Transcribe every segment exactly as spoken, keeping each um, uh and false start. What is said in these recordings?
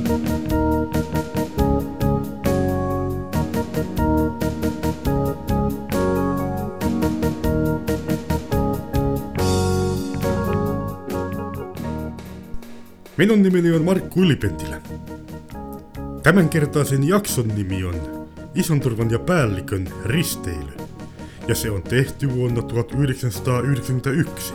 Minun nimeni on Markku Ylipentilä. Tämänkertaisen jakson nimi on Isonturvan ja Päällikön risteily, ja se on tehty vuonna tuhatyhdeksänsataayhdeksänkymmentäyksi.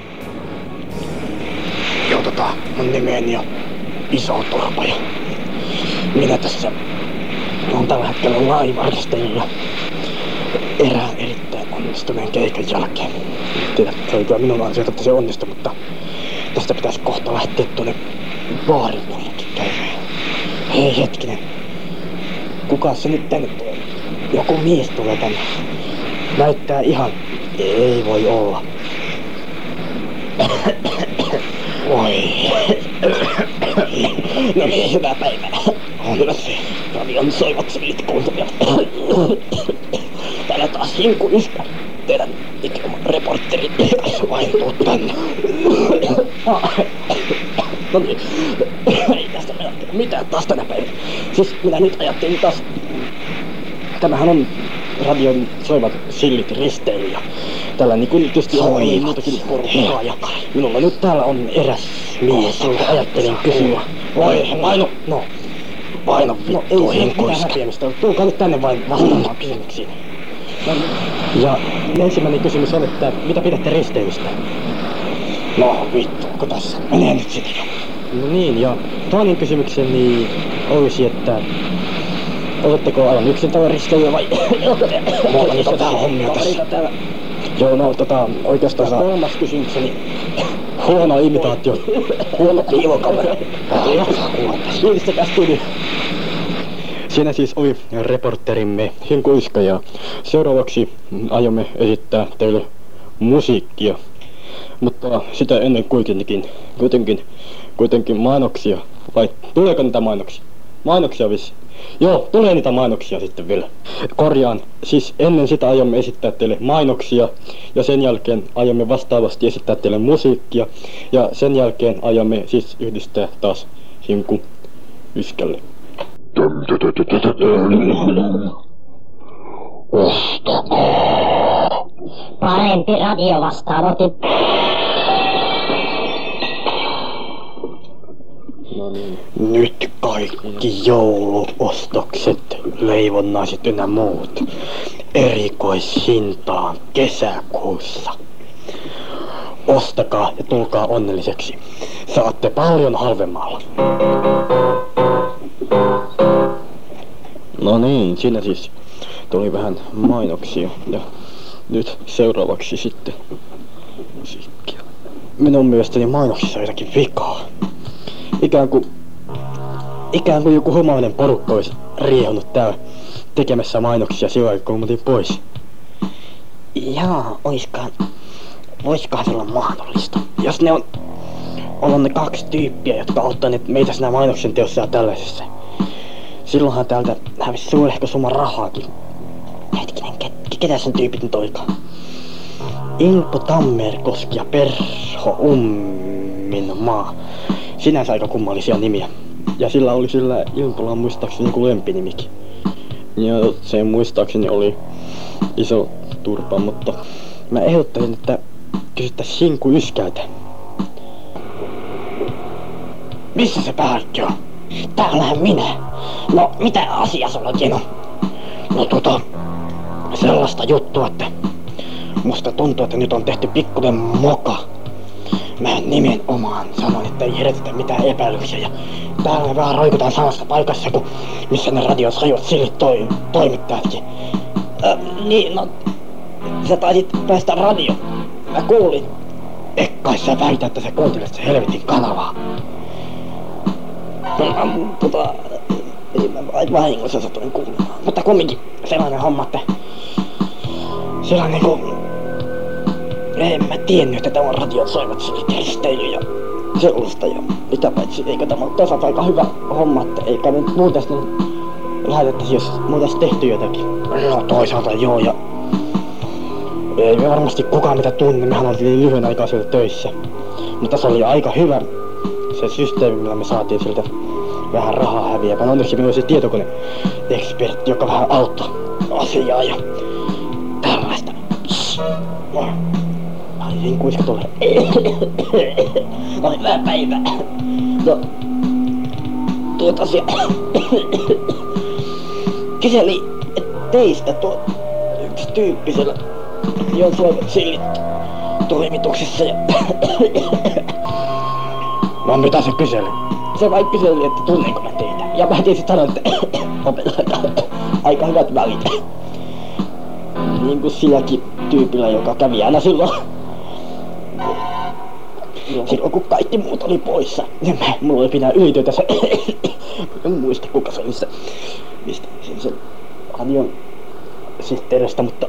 Joo, tota, mun nimeni on Isoturva ja minä tässä on tällä hetkellä laivaristelijalla erään erittäin onnistuneen keikan jälkeen. Tiedä, se oli kyllä minun ansiota, että se onnistui, mutta tästä pitäisi kohta lähteä tuonne baarin puolellekin käymään. Hei hetkinen, kuka se nyt tänne tulee? Joku mies tulee tänne. Näyttää ihan... Ei voi olla. Oi. No niin, hyvää päivää. On hyvä se. Radion soivat sivilit kuuntelijat. Täällä taas Hinku Yskä. Teidän ikävä reporteri kanssa vain tuu tänne. No niin. Ei tästä me ajattelua mitään taas tänä päivänä. Siis minä nyt ajattelin taas... Tämähän on radion soivat sillit risteily ja tällä niin kuin tietysti on muutakin porukkaa ja minulla nyt täällä on eräs mies, jonka ajattelin kysyä. Voi, paino, no, paino vittu Hinkuiska. Tulkaa nyt tänne vain vastaamaan kysymyksiin. Ja ensimmäinen kysymys on, että mitä pidätte risteilystä? No vittu, kun tässä menee nyt sitä jo. No niin, ja toinen kysymykseni olisi, että oletteko aivan yksin tällä risteilyä vai... Mulla niitä täällä hommia tässä. Joo, no tota, oikeastaan kolmas kysymykseni. Huono imitaatio. Huono piilokamera. Yhdistäkäs tuli. Siinä siis oli reporterimme Hinku Yskä ja seuraavaksi aiomme esittää teille musiikkia. Mutta sitä ennen kuitenkin, kuitenkin, kuitenkin mainoksia. Vai tuleeko niitä mainoksia? Mainoksia vissi. Joo, tulee niitä mainoksia sitten vielä. Korjaan, siis ennen sitä aiomme esittää teille mainoksia ja sen jälkeen aiomme vastaavasti esittää teille musiikkia ja sen jälkeen aiomme siis yhdistää taas Hinku Yskälle. Ostakaa! Parempi radio vastaanotin. No niin. Nyt kaikki jouluostokset, leivonnaiset ynnä muut erikoishintaan kesäkuussa. Ostakaa ja tulkaa onnelliseksi. Saatte paljon halvemmalla. No niin, siinä siis tuli vähän mainoksia ja nyt seuraavaksi sitten musiikkia. Minun mielestäni mainoksissa on jotakin vikaa. Ikään kuin, ikään kuin joku homainen porukka olisi riehunut täällä tekemässä mainoksia sillä kun me pois. Jaa, oiskaan, voisikohan se olla mahdollista. Jos ne on, on ne kaksi tyyppiä, jotka auttaneet meitä siinä mainoksen teossa ja tällaisessa. Silloinhan täältä hävisi suurehko summa rahaakin. Hetkinen, ket, ketä sen tyypit nyt olikaan? Ilpo Tammerkoski ja Perho Umminmaa. Sinänsä aika kummallisia nimiä. Ja sillä oli sillä Ilpolla muistaakseni joku lempinimikin. Ja se muistaakseni oli Isoturva, mutta mä ehdottaisin, että kysyttäis Hinku Yskältä. Missä se päällikkö on? Täällähän minä. No, mitä asia sulla on? No tota, sellaista juttua, että musta tuntuu, että nyt on tehty pikkuinen moka. Mä nimenomaan sanoin, että ei herätetä mitään epäilyksiä ja täällä me vähän roikutaan samassa paikassa kuin missä ne radiot rajuat sillit toi, toimittajatkin. Äh, niin, no, sä taisit päästä radio. Mä kuulin. Ekkai sä väitä, että sä kuuntelet se helvetin kanavaa. No, tota, ei mä vain vahingossa satuin kuulemaan. Mutta kumminkin sellainen homma, että sellainen niinku... En mä tiennyt, että tämä on radiot soivat sillit risteily ja sellaista ja mitä paitsi, eikö tämä ole toisaalta aika hyvä homma, että eikä nyt muuten sitten lähetettäisi, jos muutais tehty jotakin. No toisaalta joo ja ei me varmasti kukaan mitä tunne, mehän oltiin lyhyen aikaa sieltä töissä. Mutta se oli aika hyvä se systeemi, millä me saatiin sieltä vähän rahaa häviää. Onneksi minulla on se tietokone-ekspertti, joka vähän auttaa asiaa ja tällaista. Ai niin kuiska tulee. No hyvää päivää. No, tuo tosiaan kyseli teistä tuo yksi tyyppi siellä Jon Soivat Sillit toimituksessa ja no mitä se kyseli? Se vain kyseli, että tunnenko mä teitä. Ja mä tietysti sanoin, että opetetaan aika hyvät välit. Niin kuin silläkin tyypillä, joka kävi aina silloin. Silloin kun kaikki muut oli poissa. Mulla oli pitää ylityötä se. En muista kuka se oli se. Mistä sen sen radion sihteeristä, mutta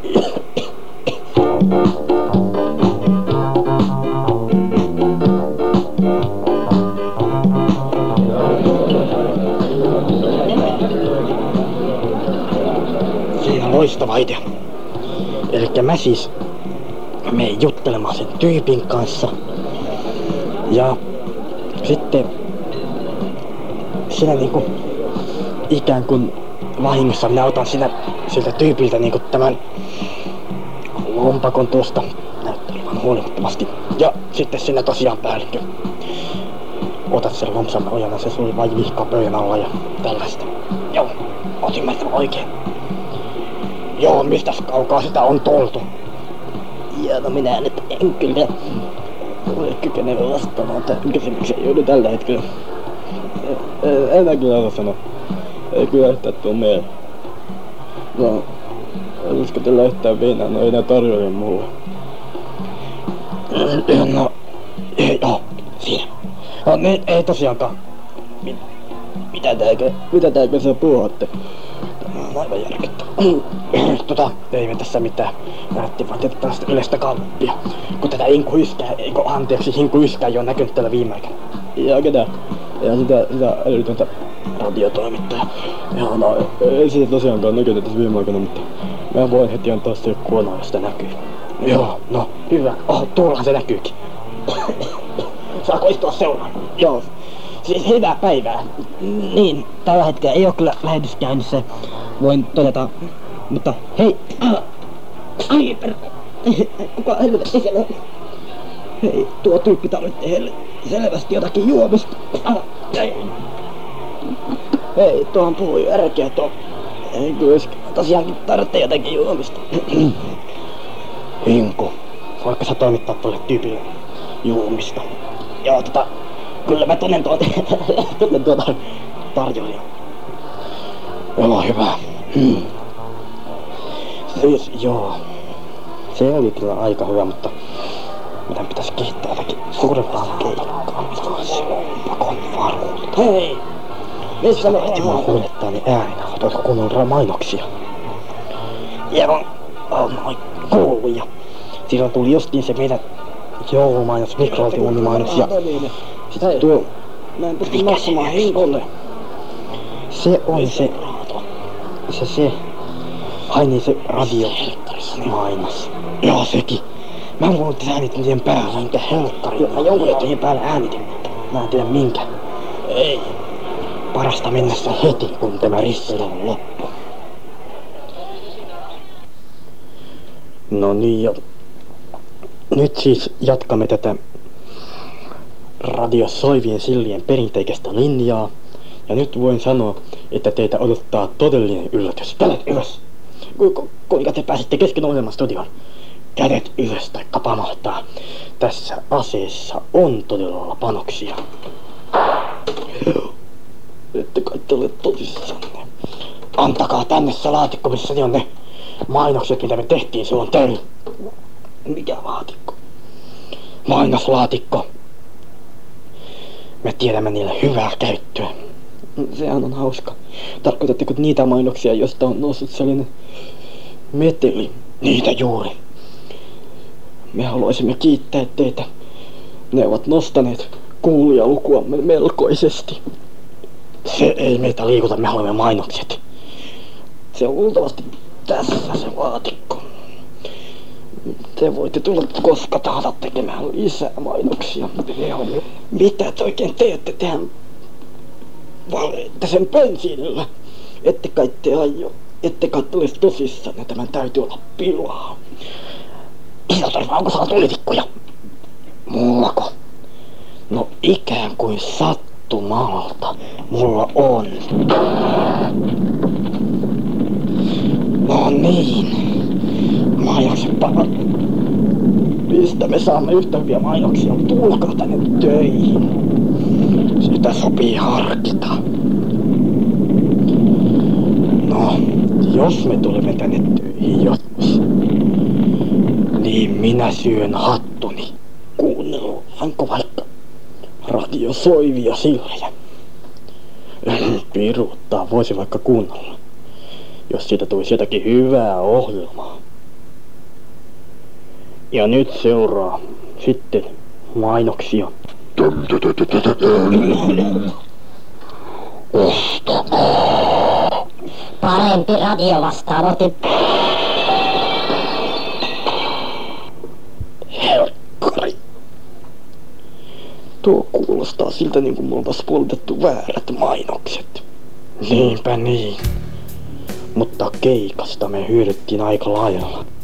siinä on loistava idea. Elikkä mä siis menen juttelemaan sen tyypin kanssa. Ja sitten siinä niinku ikään kuin vahingossa minä otan sinä, siltä tyypiltä niinku tämän lompakon tuosta. Näyttää vaan huolimattomasti. Ja sitten sinä tosiaan päällikkö. Otat sen lompsan ojana, se suli vain vihkaa pöydän alla ja tällaista. Joo, otin mä sitä oikein. Joo, mistäs kaukaa sitä on tultu? Ja no minä nyt en kyllä ole kykenevä vastaamaan tähän kysymykseen juuri tällä hetkellä. En mä kyllä osaa sanoa. Ei kyllä yhtään tuu mieleen. No, olisiko teillä yhtään viinaa? No ei nää tarjoile mulle. No, ei oo, siinä. No niin, ei tosiaankaan. Mit, mitä tääkö, mitä tääkö sä puhutte? Tämä on aivan järkyttävä. Tota, ei me tässä mitään. Lähdettiin vaan tietysti tällaista yleistä kalppia. Kun tätä inkuyskää, eikö anteeksi, hinkuyskää ei oo näkynyt täällä viime aikana. Ja ketä? Ja sitä, sitä älytöntä radiotoimittaja. Joo, no ei sitä tosiaankaan näkynyt tässä viime aikana, mutta mä voin heti antaa se kuonoa, jos sitä näkyy. Joo, no hyvä. Oh, tuollahan se näkyykin. Saako istua seuraan? Joo. Siis hyvää päivää. Niin, tällä hetkellä ei oo kyllä lähetys käynnissä. Voin todeta, mutta hei! Ai per... Kuka helvetti siellä on? Hei, tuo tyyppi tarvitsee helle selvästi jotakin juomista. Hei, tuohan puhui ärkeä tuo. Ei kyllä tosiaankin tarvitsee jotakin juomista. Hinku, voitko sä toimittaa tuolle tyypille juomista? Joo, tota... Kyllä mä tunnen tuota... tunnen tuota... tarjoilijaa. Joo, hyvä. Hmm. Siis, joo. Se oli kyllä aika hyvä, mutta... Meidän pitäisi kehittää jotakin suurempaa keikkaa. Mikä on se lompakon varuuta? Hei! Missä me heti mua huolettaa niin äärinä? Otoitko kunnon mainoksia? Joo, on noin kuullut ja... Silloin tuli justiin se meidän joulumainos, mikroaltiuunimainos ja... Sitten tuo... Mä en pysty maksamaan hinkolle. Se on se... Se se... Ai niin se radio... Mainos. Joo sekin. Mä en luullut, että sä äänitin siihen päälle. Minkä helkkari? Mä jonkun siihen päälle äänitin, mutta mä en tiedä minkä. Ei. Parasta mennessä heti, kun tämä risteily on loppu. No niin, ja... Nyt siis jatkamme tätä... Radio Soivien Sillien perinteikästä linjaa. Ja nyt voin sanoa, että teitä odottaa todellinen yllätys. Kädet ylös! Ku, kuinka te pääsitte kesken ohjelman studioon? Kädet ylös taikka pamahtaa. Tässä aseessa on todella panoksia. Ette kai te ole tosissanne. Antakaa tänne se laatikko, missä on ne mainokset, mitä me tehtiin silloin teille. Mikä laatikko? Mainoslaatikko. Me tiedämme niille hyvää käyttöä. Sehän on hauska. Tarkoitatteko niitä mainoksia, joista on noussut sellainen meteli? Niitä juuri. Me haluaisimme kiittää teitä. Ne ovat nostaneet kuulijalukuamme melkoisesti. Se ei meitä liikuta, me haluamme mainokset. Se on luultavasti tässä se laatikko. Te voitte tulla koska tahda tekemään lisää mainoksia. Mitä te oikein teette? Tehän valheette sen pensillä. Ette kai te aio, ette kai te olis tosissanne, tämän täytyy olla pilaa. Isotorva, onko sulla tulitikkuja? Mullako? No ikään kuin sattumalta mulla on. No niin, mainoksenpa. Mistä me saamme yhtä hyviä mainoksia? Tulkaa tänne töihin. Sitä sopii harkita. No, jos me tulemme tänne töihin joskus, niin minä syön hattuni. Kuunnellaanko vaikka Radio Soivia Silja? Piruuttaa, voisi vaikka kuunnella, jos siitä tulisi jotakin hyvää ohjelmaa. Ja nyt seuraa sitten mainoksia. Ostakaa! Parempi radiovastaanotin. Helkkari. Tuo kuulostaa siltä niin kuin me oltais poltettu väärät mainokset. Niinpä niin. Mutta keikasta me hyödyttiin aika lailla.